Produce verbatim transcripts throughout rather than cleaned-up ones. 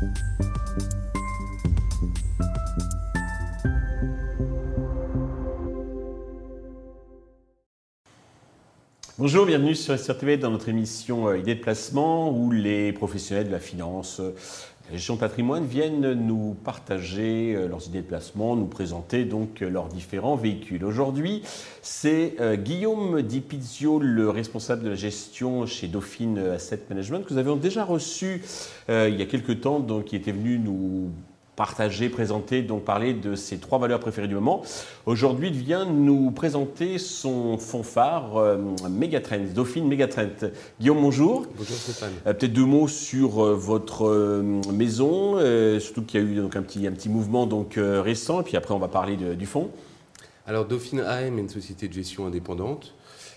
Bonjour, bienvenue sur S R T V dans notre émission euh, Idées de placement où les professionnels de la finance, euh, la gestion de patrimoine viennent nous partager euh, leurs idées de placement, nous présenter donc euh, leurs différents véhicules. Aujourd'hui, c'est euh, Guillaume Di Pizio, le responsable de la gestion chez Dauphine Asset Management, que nous avions déjà reçu euh, il y a quelques temps, donc qui était venu nous partager, présenter, donc parler de ses trois valeurs préférées du moment. Aujourd'hui, il vient nous présenter son fonds phare euh, Megatrends, Dauphine Megatrends. Guillaume, bonjour. Bonjour Stéphane. Euh, peut-être deux mots sur euh, votre euh, maison, euh, surtout qu'il y a eu donc, un, petit, un petit mouvement donc, euh, récent, et puis après on va parler de, du fonds. Alors Dauphine A M est une société de gestion indépendante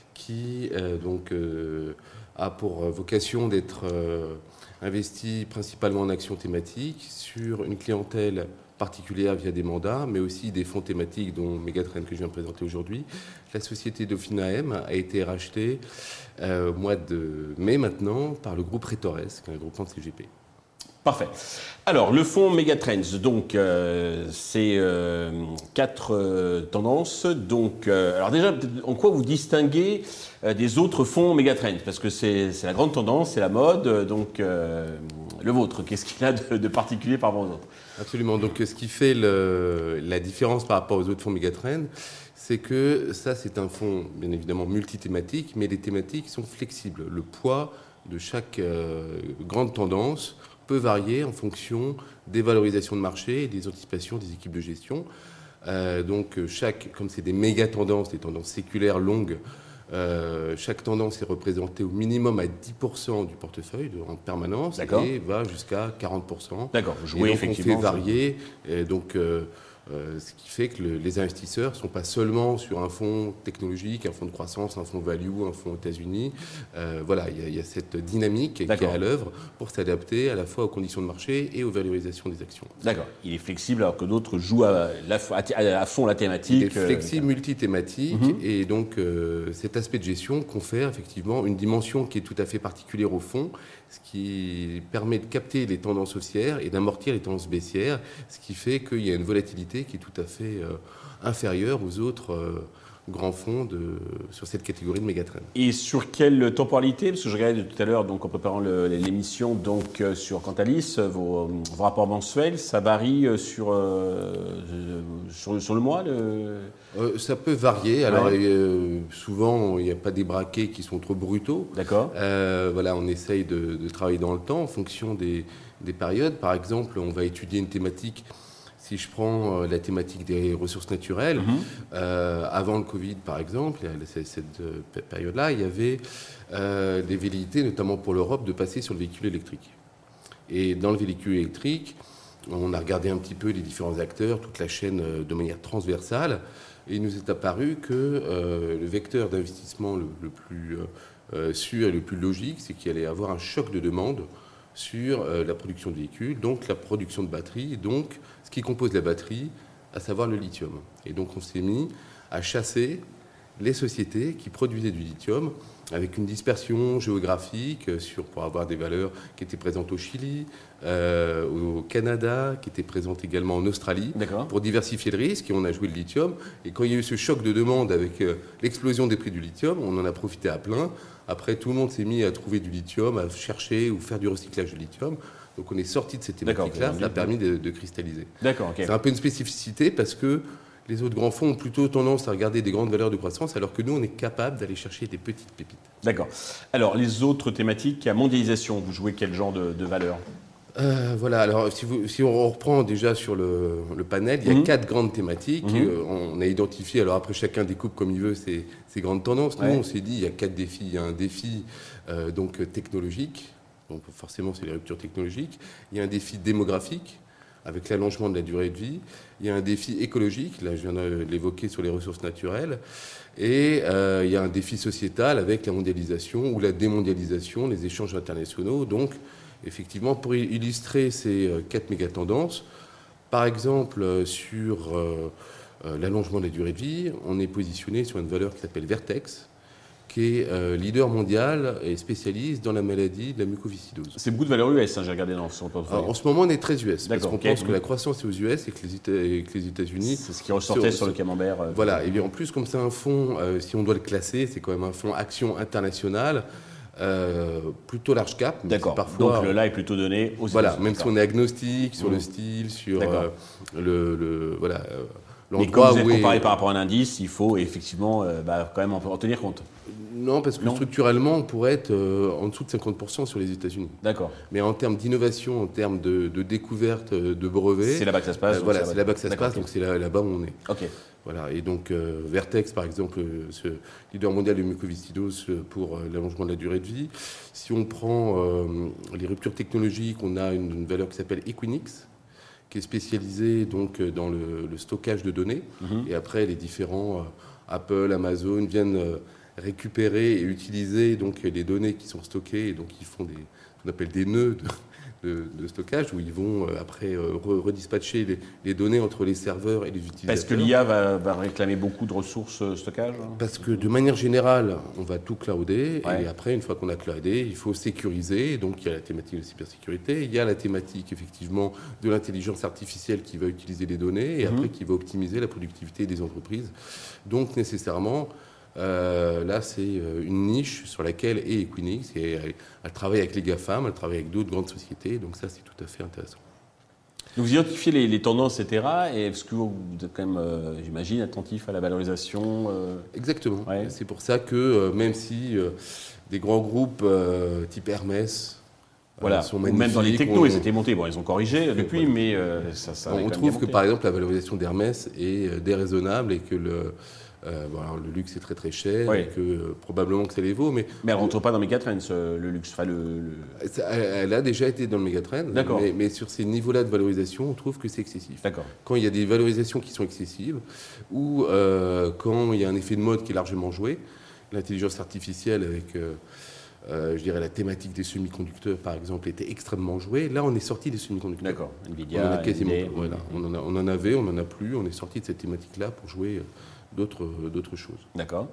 qui euh, donc, euh, a pour vocation d'être euh, investie principalement en actions thématiques sur une clientèle particulière via des mandats, mais aussi des fonds thématiques dont Megatrends que je viens de présenter aujourd'hui. La société Dauphine A M a été rachetée euh, au mois de mai maintenant par le groupe Retores, qui est un groupement de C G P. Parfait. Alors, le fonds Megatrends, donc, euh, c'est euh, quatre euh, tendances. Donc, euh, alors déjà, en quoi vous distinguez euh, des autres fonds Megatrends? Parce que c'est, c'est la grande tendance, c'est la mode. Donc, euh, le vôtre, qu'est-ce qu'il a de, de particulier par rapport aux autres? Absolument. Donc, ce qui fait le, la différence par rapport aux autres fonds Megatrends, c'est que ça, c'est un fonds, bien évidemment, multithématique, mais les thématiques sont flexibles. Le poids de chaque euh, grande tendance peut varier en fonction des valorisations de marché et des anticipations des équipes de gestion. Euh, donc, chaque, comme c'est des méga tendances, des tendances séculaires longues, euh, chaque tendance est représentée au minimum à dix pour cent du portefeuille de, en permanence. D'accord. Et va jusqu'à quarante pour cent. D'accord, vous jouez et donc effectivement. On fait varier. Et donc, euh, Euh, ce qui fait que le, les investisseurs ne sont pas seulement sur un fonds technologique, un fonds de croissance, un fonds value, un fonds aux États-Unis. Euh, voilà, il y, y a cette dynamique D'accord. qui est à l'œuvre pour s'adapter à la fois aux conditions de marché et aux valorisations des actions. D'accord. Il est flexible alors que d'autres jouent à, la, à fond la thématique. Il est flexible, euh, multithématique. Mm-hmm. Et donc, euh, cet aspect de gestion confère effectivement une dimension qui est tout à fait particulière au fonds, ce qui permet de capter les tendances haussières et d'amortir les tendances baissières, ce qui fait qu'il y a une volatilité qui est tout à fait euh, inférieure aux autres euh, grands fonds de, sur cette catégorie de Megatrends. Et sur quelle temporalité? Parce que je regardais tout à l'heure, donc, en préparant le, l'émission donc, euh, sur Cantalis, vos, vos rapports mensuels, ça varie sur, euh, sur, sur le mois le... euh, Ça peut varier. Alors, ouais. euh, souvent, il n'y a pas des braquets qui sont trop brutaux. D'accord. Euh, voilà, on essaye de, de travailler dans le temps en fonction des, des périodes. Par exemple, on va étudier une thématique. Si je prends euh, la thématique des ressources naturelles, mmh. euh, avant le Covid, par exemple, cette, cette euh, période-là, il y avait euh, des velléités, notamment pour l'Europe, de passer sur le véhicule électrique. Et dans le véhicule électrique, on a regardé un petit peu les différents acteurs, toute la chaîne euh, de manière transversale, et il nous est apparu que euh, le vecteur d'investissement le, le plus euh, sûr et le plus logique, c'est qu'il allait y avoir un choc de demande sur euh, la production de véhicules, donc la production de batteries, donc ce qui compose la batterie, à savoir le lithium. Et donc on s'est mis à chasser les sociétés qui produisaient du lithium avec une dispersion géographique sur, pour avoir des valeurs qui étaient présentes au Chili, euh, au Canada, qui étaient présentes également en Australie, D'accord. pour diversifier le risque, et on a joué le lithium. Et quand il y a eu ce choc de demande avec euh, l'explosion des prix du lithium, on en a profité à plein. Après, tout le monde s'est mis à trouver du lithium, à chercher ou faire du recyclage de lithium. Donc on est sorti de cette thématique-là, ça a permis de, de cristalliser. D'accord, okay. C'est un peu une spécificité parce que les autres grands fonds ont plutôt tendance à regarder des grandes valeurs de croissance, alors que nous, on est capable d'aller chercher des petites pépites. D'accord. Alors, les autres thématiques, à mondialisation, vous jouez quel genre de, de valeurs? Euh, voilà, alors si, vous, si on reprend déjà sur le, le panel, il y a mmh. quatre grandes thématiques. Mmh. Et, euh, on a identifié, alors après chacun découpe comme il veut ces, ces grandes tendances. Nous, ouais. on s'est dit, il y a quatre défis. Il y a un défi euh, donc, technologique, donc forcément c'est les ruptures technologiques. Il y a un défi démographique, avec l'allongement de la durée de vie. Il y a un défi écologique, là je viens de l'évoquer sur les ressources naturelles. Et euh, il y a un défi sociétal avec la mondialisation ou la démondialisation, les échanges internationaux. Donc, effectivement, pour illustrer ces quatre méga-tendances, par exemple, sur euh, l'allongement de la durée de vie, on est positionné sur une valeur qui s'appelle Vertex, qui est euh, leader mondial et spécialiste dans la maladie de la mucoviscidose. C'est beaucoup de valeurs U S, hein, j'ai regardé dans son portefeuille. En ce moment, on est très U S, parce qu'on okay. pense que la croissance est aux U S et que les, Éta- et que les États-Unis... C'est ce qui ressortait sur, sur le camembert. Euh, voilà, et bien en plus, comme c'est un fonds, euh, si on doit le classer, c'est quand même un fonds action internationale, euh, plutôt large cap. D'accord, parfois, donc le là est plutôt donné aux Voilà, États-Unis. même si on est agnostique sur mmh. le style, sur euh, le, le... Voilà, euh, mais comme vous êtes comparé est... par rapport à un indice, il faut effectivement euh, bah, quand même en, en tenir compte. Non, parce que non. structurellement, on pourrait être euh, en dessous de cinquante pour cent sur les États-Unis. D'accord. Mais en termes d'innovation, en termes de, de découverte de brevets... C'est là-bas que ça se passe. Euh, voilà, c'est là-bas que ça se passe, okay. donc c'est là, là-bas où on est. Ok. Voilà, et donc euh, Vertex, par exemple, ce leader mondial de mucoviscidose pour euh, l'allongement de la durée de vie. Si on prend euh, les ruptures technologiques, on a une, une valeur qui s'appelle Equinix, qui est spécialisée donc, dans le, le stockage de données. Mm-hmm. Et après, les différents euh, Apple, Amazon viennent euh, récupérer et utiliser donc, les données qui sont stockées. Et donc, ils font des, ce qu'on appelle des nœuds de, de, de stockage, où ils vont euh, après euh, redispatcher les, les données entre les serveurs et les utilisateurs. Parce que l'I A va, va réclamer beaucoup de ressources euh, stockage hein. Parce que de manière générale, on va tout clouder. Ouais. Et après, une fois qu'on a cloudé, il faut sécuriser. Donc, il y a la thématique de cybersécurité. Il y a la thématique, effectivement, de l'intelligence artificielle qui va utiliser les données et mm-hmm. après qui va optimiser la productivité des entreprises. Donc, nécessairement, euh, là, c'est une niche sur laquelle est Equinix. Et elle, elle travaille avec les GAFAM, elle travaille avec d'autres grandes sociétés. Donc, ça, c'est tout à fait intéressant. Donc vous identifiez les, les tendances, et cetera. Et est-ce que vous êtes quand même, euh, j'imagine, attentif à la valorisation euh... Exactement. Ouais. C'est pour ça que euh, même si euh, des grands groupes euh, type Hermès voilà. euh, sont magnifiques... Même dans les technos, on... ils étaient montés. Bon, ils ont corrigé depuis, voilà. mais euh, ça, ça On trouve que, par exemple, la valorisation d'Hermès est euh, déraisonnable et que le... Euh, bon, alors, le luxe est très très cher oui. et que euh, probablement que ça les vaut, mais... Mais elle ne rentre pas dans Megatrends, le luxe, enfin le... le... Elle, elle a déjà été dans le Megatrends, mais, mais sur ces niveaux-là de valorisation, on trouve que c'est excessif. D'accord. Quand il y a des valorisations qui sont excessives, ou euh, quand il y a un effet de mode qui est largement joué, l'intelligence artificielle avec, euh, euh, je dirais, la thématique des semi-conducteurs, par exemple, était extrêmement jouée. Là, on est sorti des semi-conducteurs. D'accord. Nvidia, on en a quasiment, Nvidia, voilà. on, en a, on en avait, on n'en a plus, on est sorti de cette thématique-là pour jouer... D'autres, d'autres choses. D'accord.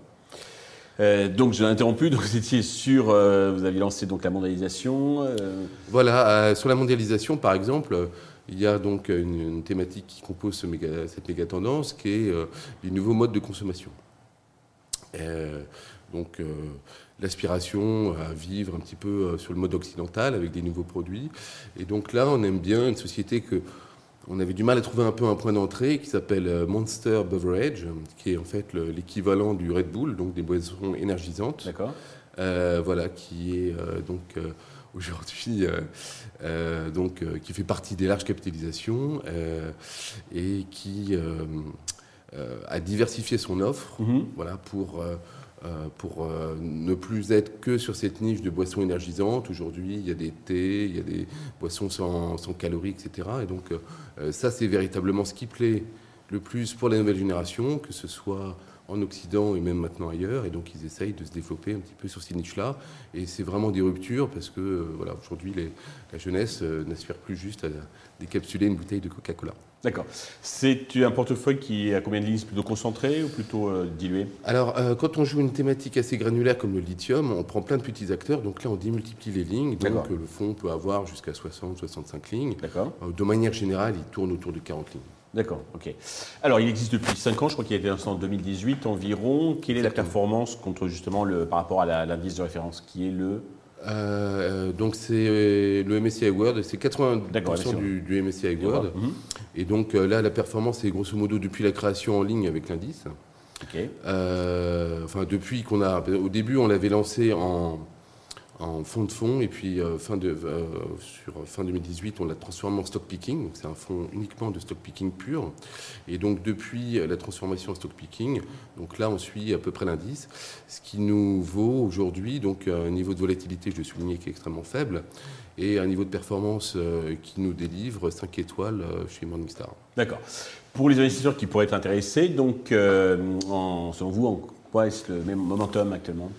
Euh, donc, je l'ai interrompu. Donc, vous étiez sur. Euh, vous aviez lancé donc la mondialisation. Euh... Voilà. Euh, sur la mondialisation, par exemple, il y a donc une, une thématique qui compose ce méga, cette méga tendance, qui est euh, les nouveaux modes de consommation. Euh, donc, euh, l'aspiration à vivre un petit peu sur le mode occidental avec des nouveaux produits. Et donc là, on aime bien une société que. On avait du mal à trouver un peu un point d'entrée qui s'appelle Monster Beverage, qui est en fait le, l'équivalent du Red Bull, donc des boissons énergisantes. D'accord. Euh, voilà, qui est euh, donc euh, aujourd'hui euh, euh, donc euh, qui fait partie des larges capitalisations euh, et qui euh, euh, a diversifié son offre, mm-hmm. voilà, pour euh, Euh, pour euh, ne plus être que sur cette niche de boissons énergisantes. Aujourd'hui, il y a des thés, il y a des boissons sans, sans calories, et cetera. Et donc, euh, ça, c'est véritablement ce qui plaît le plus pour la nouvelle génération, que ce soit en Occident et même maintenant ailleurs. Et donc, ils essayent de se développer un petit peu sur ces niches-là. Et c'est vraiment des ruptures parce que, euh, voilà, aujourd'hui, les, la jeunesse euh, n'aspire plus juste à décapsuler une bouteille de Coca-Cola. D'accord. C'est un portefeuille qui a combien de lignes? Plutôt concentré ou plutôt euh, dilué? Alors, euh, quand on joue une thématique assez granulaire comme le lithium, on prend plein de petits acteurs. Donc là, on démultiplie les lignes. Donc euh, le fonds peut avoir jusqu'à soixante, soixante-cinq lignes. D'accord. Euh, de manière générale, il tourne autour de quarante lignes. D'accord, ok. Alors, il existe depuis cinq ans, je crois qu'il a été lancé en deux mille dix-huit environ. Quelle est Exactement. La performance contre justement le, par rapport à la, l'indice de référence qui est le... Euh, donc c'est le M S C I World, c'est quatre-vingts pour cent du, du M S C I World. Mmh. Et donc euh, là, la performance est grosso modo depuis la création en ligne avec l'indice. Okay. Euh, enfin, depuis qu'on a... Au début, on l'avait lancé en, en fonds de fonds, et puis euh, fin, de, euh, sur, fin deux mille dix-huit, on l'a transformé en stock picking. Donc c'est un fonds uniquement de stock picking pur. Et donc depuis la transformation en stock picking, donc là on suit à peu près l'indice, ce qui nous vaut aujourd'hui donc un niveau de volatilité, je le soulignais, qui est extrêmement faible, et un niveau de performance euh, qui nous délivre cinq étoiles euh, chez Morningstar. D'accord. Pour les investisseurs qui pourraient être intéressés, donc euh, en, selon vous, en quoi est-ce le même momentum actuellement?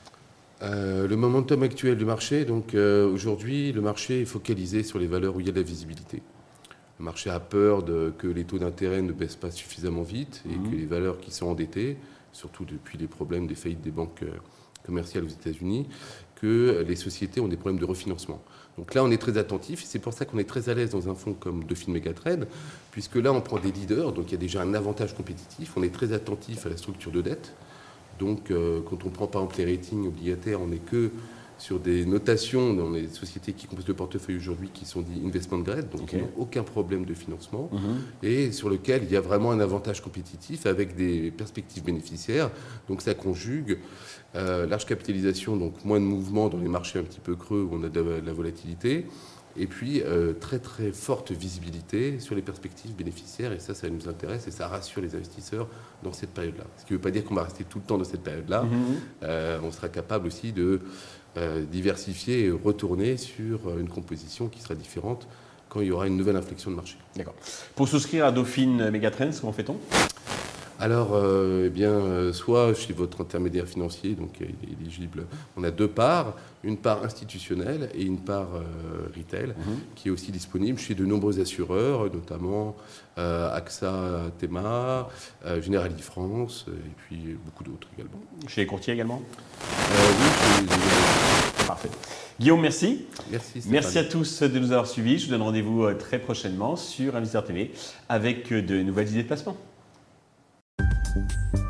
Euh, le momentum actuel du marché, donc euh, aujourd'hui, le marché est focalisé sur les valeurs où il y a de la visibilité. Le marché a peur de, que les taux d'intérêt ne baissent pas suffisamment vite et mmh. que les valeurs qui sont endettées, surtout depuis les problèmes des faillites des banques euh, commercial aux États-Unis, que les sociétés ont des problèmes de refinancement. Donc là, on est très attentif. C'est pour ça qu'on est très à l'aise dans un fonds comme Dauphine Megatrade, puisque là, on prend des leaders, donc il y a déjà un avantage compétitif. On est très attentif à la structure de dette. Donc, euh, quand on prend par exemple les ratings obligataires, on n'est que sur des notations dans les sociétés qui composent le portefeuille aujourd'hui qui sont dit investment grade, donc okay. Qui n'ont aucun problème de financement, mmh. Et sur lequel il y a vraiment un avantage compétitif avec des perspectives bénéficiaires. Donc ça conjugue euh, large capitalisation, donc moins de mouvements dans les marchés un petit peu creux où on a de la, de la volatilité, et puis euh, très très forte visibilité sur les perspectives bénéficiaires, et ça, ça nous intéresse et ça rassure les investisseurs dans cette période-là. Ce qui ne veut pas dire qu'on va rester tout le temps dans cette période-là. Mmh. Euh, on sera capable aussi de euh, diversifier et retourner sur une composition qui sera différente quand il y aura une nouvelle inflexion de marché. D'accord. Pour souscrire à Dauphine Megatrade, comment fait-on ? Alors, euh, eh bien, euh, soit chez votre intermédiaire financier, donc il est éligible, on a deux parts, une part institutionnelle et une part euh, retail, mmh. qui est aussi disponible chez de nombreux assureurs, notamment euh, AXA, Théma, euh, Generali France, et puis beaucoup d'autres également. Chez les courtiers également ? euh, Oui, chez les... Parfait. Guillaume, merci. Merci, merci à tous de nous avoir suivis. Je vous donne rendez-vous très prochainement sur Investisseur T V avec de nouvelles idées de placement. Thank you.